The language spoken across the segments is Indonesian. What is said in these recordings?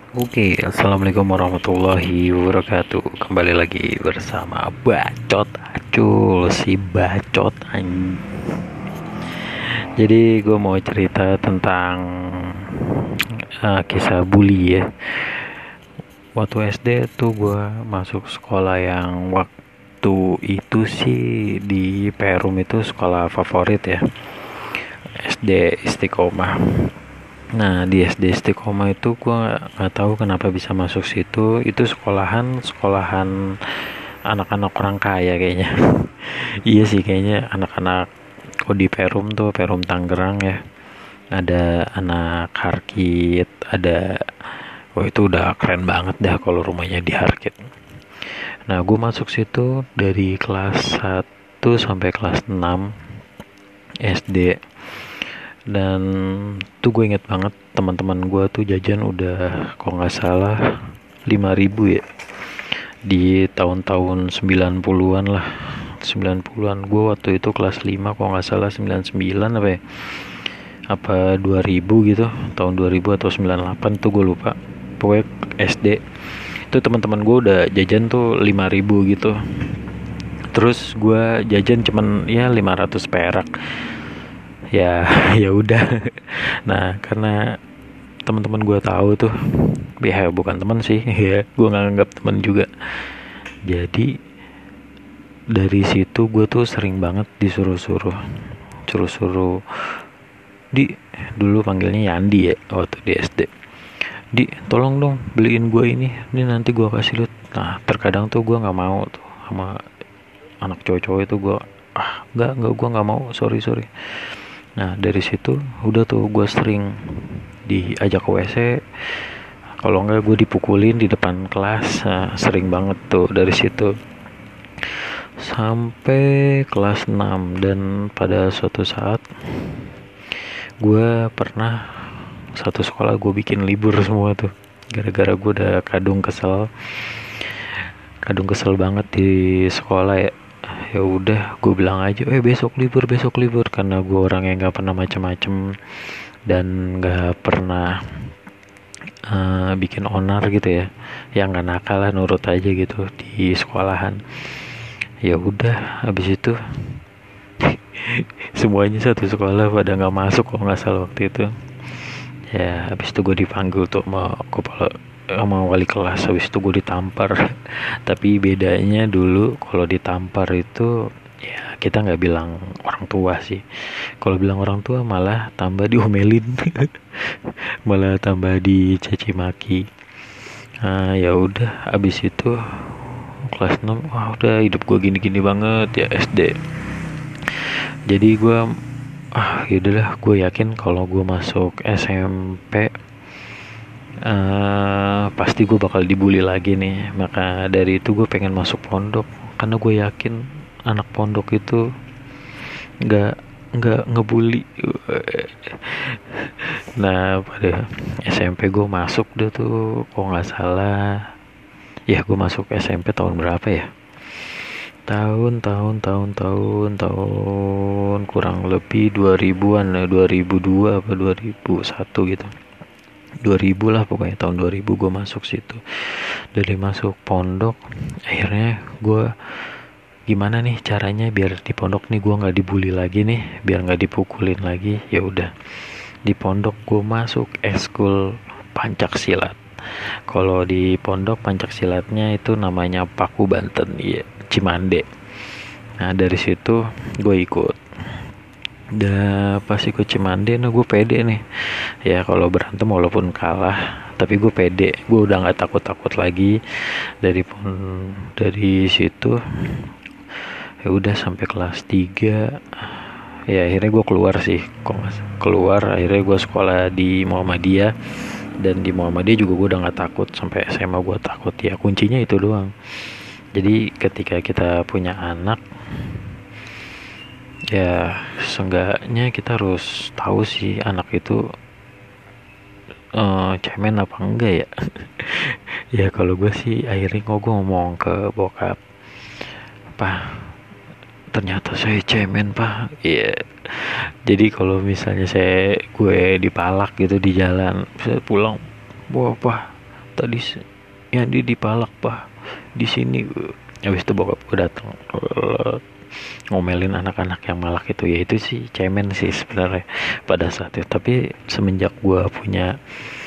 Oke, assalamualaikum warahmatullahi wabarakatuh. Kembali lagi bersama Bacot Acul, si Bacot Jadi gue mau cerita tentang kisah bully ya. Waktu SD tuh gue masuk sekolah yang waktu itu sih di Perum itu sekolah favorit ya. SD Istiqomah. Nah di SD Istiqomah itu gue nggak tahu kenapa bisa masuk situ. Itu sekolahan anak-anak orang kaya kayaknya. Iya sih kayaknya anak-anak. Oh di Perum tuh Perum Tangerang ya. Ada anak Harkit, ada. Oh itu udah keren banget dah kalau rumahnya di Harkit. Nah gue masuk situ dari kelas 1 sampai kelas 6 SD. Dan tuh gue inget banget teman-teman gue tuh jajan udah kalau nggak salah 5.000 ya di tahun-tahun 90-an lah. 90-an gue waktu itu kelas 5 kalau nggak salah 99 apa ya, apa 2000 gitu, tahun 2000 atau 98 tuh gue lupa. Pokoknya SD itu teman-teman gue udah jajan tuh 5.000 gitu. Terus gue jajan cuman ya 500 perak ya. Ya udah. Nah karena teman-teman gue tahu tuh, ya bukan teman sih ya, gue nggak anggap teman juga. Jadi dari situ gue tuh sering banget suruh-suruh di, dulu panggilnya Yandi ya waktu di SD. Di tolong dong beliin gue ini nanti gue kasih lu. Nah terkadang tuh gue nggak mau tuh sama anak cowok-cowok itu. Gue nggak gue nggak mau, sorry. Nah dari situ udah tuh gue sering diajak ke WC, kalau enggak gue dipukulin di depan kelas. Nah, sering banget tuh dari situ sampai kelas 6. Dan pada suatu saat gue pernah satu sekolah gue bikin libur semua tuh gara-gara gue udah kadung kesel banget di sekolah ya. Ya udah gue bilang aja besok libur karena gue orang yang nggak pernah macem-macem dan nggak pernah bikin onar gitu ya, yang nggak nakal lah, nurut aja gitu di sekolahan. Ya udah habis itu semuanya satu sekolah pada nggak masuk kalau nggak salah waktu itu ya. Habis itu gue dipanggil tuh sama wali kelas. Habis itu gue ditampar. Tapi bedanya dulu kalau ditampar itu ya kita nggak bilang orang tua sih. Kalau bilang orang tua malah tambah diomelin. Malah tambah dicaci maki. Nah ya udah habis itu kelas 6, wah udah hidup gue gini-gini banget ya SD. Jadi gue yaudahlah, gue yakin kalau gue masuk SMP pasti gue bakal dibully lagi nih. Maka dari itu gue pengen masuk pondok karena gue yakin anak pondok itu nggak ngebully. Nah pada SMP gue masuk deh tuh kalau nggak salah ya, gue masuk SMP tahun berapa ya, tahun kurang lebih 2000-an, 2002 apa 2001 gitu, 2000 lah pokoknya. Tahun 2000 gue masuk situ. Dari masuk pondok akhirnya gue gimana nih caranya biar di pondok nih gue nggak dibully lagi nih, biar nggak dipukulin lagi. Ya udah di pondok gue masuk eskul pancak silat. Kalau di pondok pancak silatnya itu namanya Paku Banten ya, Cimande. Nah dari situ gue ikut. Udah pas ikut Cimande, nah gue pede nih ya, kalau berantem walaupun kalah tapi gue pede, gue udah nggak takut lagi. Dari situ ya udah sampai kelas 3 ya, akhirnya gue keluar sih, keluar akhirnya gue sekolah di Muhammadiyah. Dan di Muhammadiyah juga gue udah nggak takut, sampai SMA gue takut ya, kuncinya itu doang. Jadi ketika kita punya anak ya seenggaknya kita harus tahu sih anak itu cemen apa enggak ya. Ya kalau gue sih akhirnya gue ngomong ke bokap, "Pak, ternyata saya cemen pak." Iya. Jadi kalau misalnya gue dipalak gitu di jalan, saya pulang, wah pak tadi yang dipalak Pak di sini. Habis itu bokap gue datang ngomelin anak-anak yang malak itu. Ya itu sih cemen sih sebenarnya pada saat itu. Tapi semenjak gue punya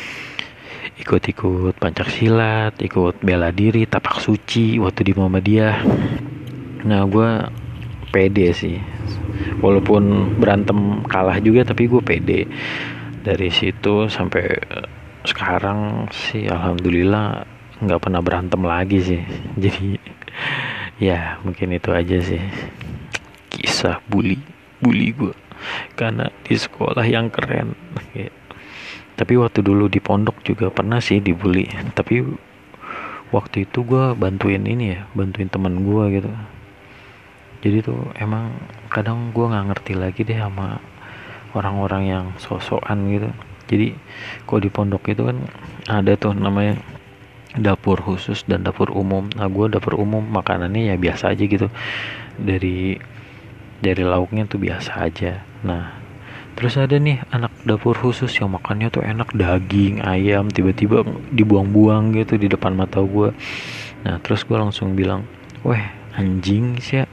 ikut-ikut pencak silat, ikut bela diri, tapak suci waktu di Muhammadiyah, nah gue pede sih. Walaupun berantem kalah juga, tapi gue pede. Dari situ sampai sekarang sih alhamdulillah nggak pernah berantem lagi sih. Jadi ya mungkin itu aja sih kisah bully gue karena di sekolah yang keren ya. Tapi waktu dulu di pondok juga pernah sih dibully, tapi waktu itu gue bantuin teman gue gitu. Jadi tuh emang kadang gue nggak ngerti lagi deh sama orang-orang yang sosokan gitu. Jadi kalau di pondok itu kan ada tuh namanya dapur khusus dan dapur umum. Nah gue dapur umum, makanannya ya biasa aja gitu, dari lauknya tuh biasa aja. Nah terus ada nih anak dapur khusus yang makannya tuh enak, daging ayam, tiba-tiba dibuang-buang gitu di depan mata gue. Nah terus gue langsung bilang, weh anjing sih ya,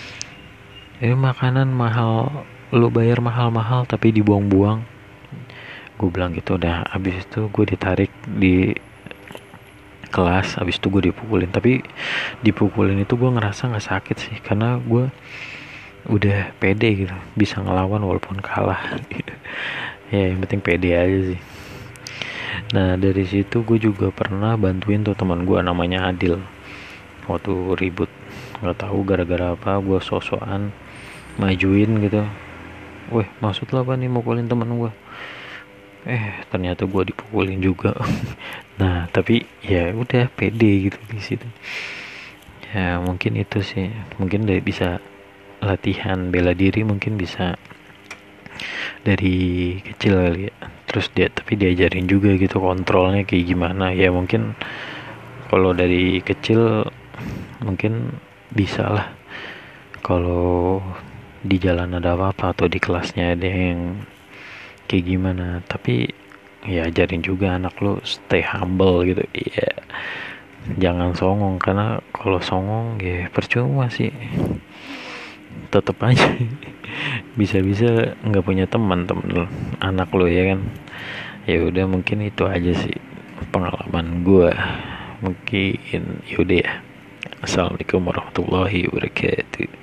ini makanan mahal, lu bayar mahal-mahal tapi dibuang-buang. Gue bilang gitu. Udah abis itu gue ditarik di kelas, abis itu gue dipukulin. Tapi dipukulin itu gue ngerasa nggak sakit sih, karena gue udah pede gitu, bisa ngelawan walaupun kalah. Ya yang penting pede aja sih. Nah dari situ gue juga pernah bantuin tuh teman gue namanya Adil waktu ribut, nggak tahu gara-gara apa gue sosokan majuin gitu. Weh maksud lo apa nih mukulin teman gue? Ternyata gue dipukulin juga. Nah tapi ya udah pede gitu di situ. Ya mungkin itu sih, mungkin bisa latihan bela diri, mungkin bisa dari kecil kali ya. Terus tapi diajarin juga gitu kontrolnya kayak gimana. Ya mungkin kalau dari kecil mungkin bisa lah. Kalau di jalan ada apa-apa atau di kelasnya ada yang kayak gimana, tapi ya ajarin juga anak lu stay humble gitu ya, jangan songong, karena kalau songong ya percuma sih, tetep aja bisa-bisa nggak punya teman anak lo ya kan. Ya udah mungkin itu aja sih pengalaman gue, mungkin yaudah ya. Assalamualaikum warahmatullahi wabarakatuh.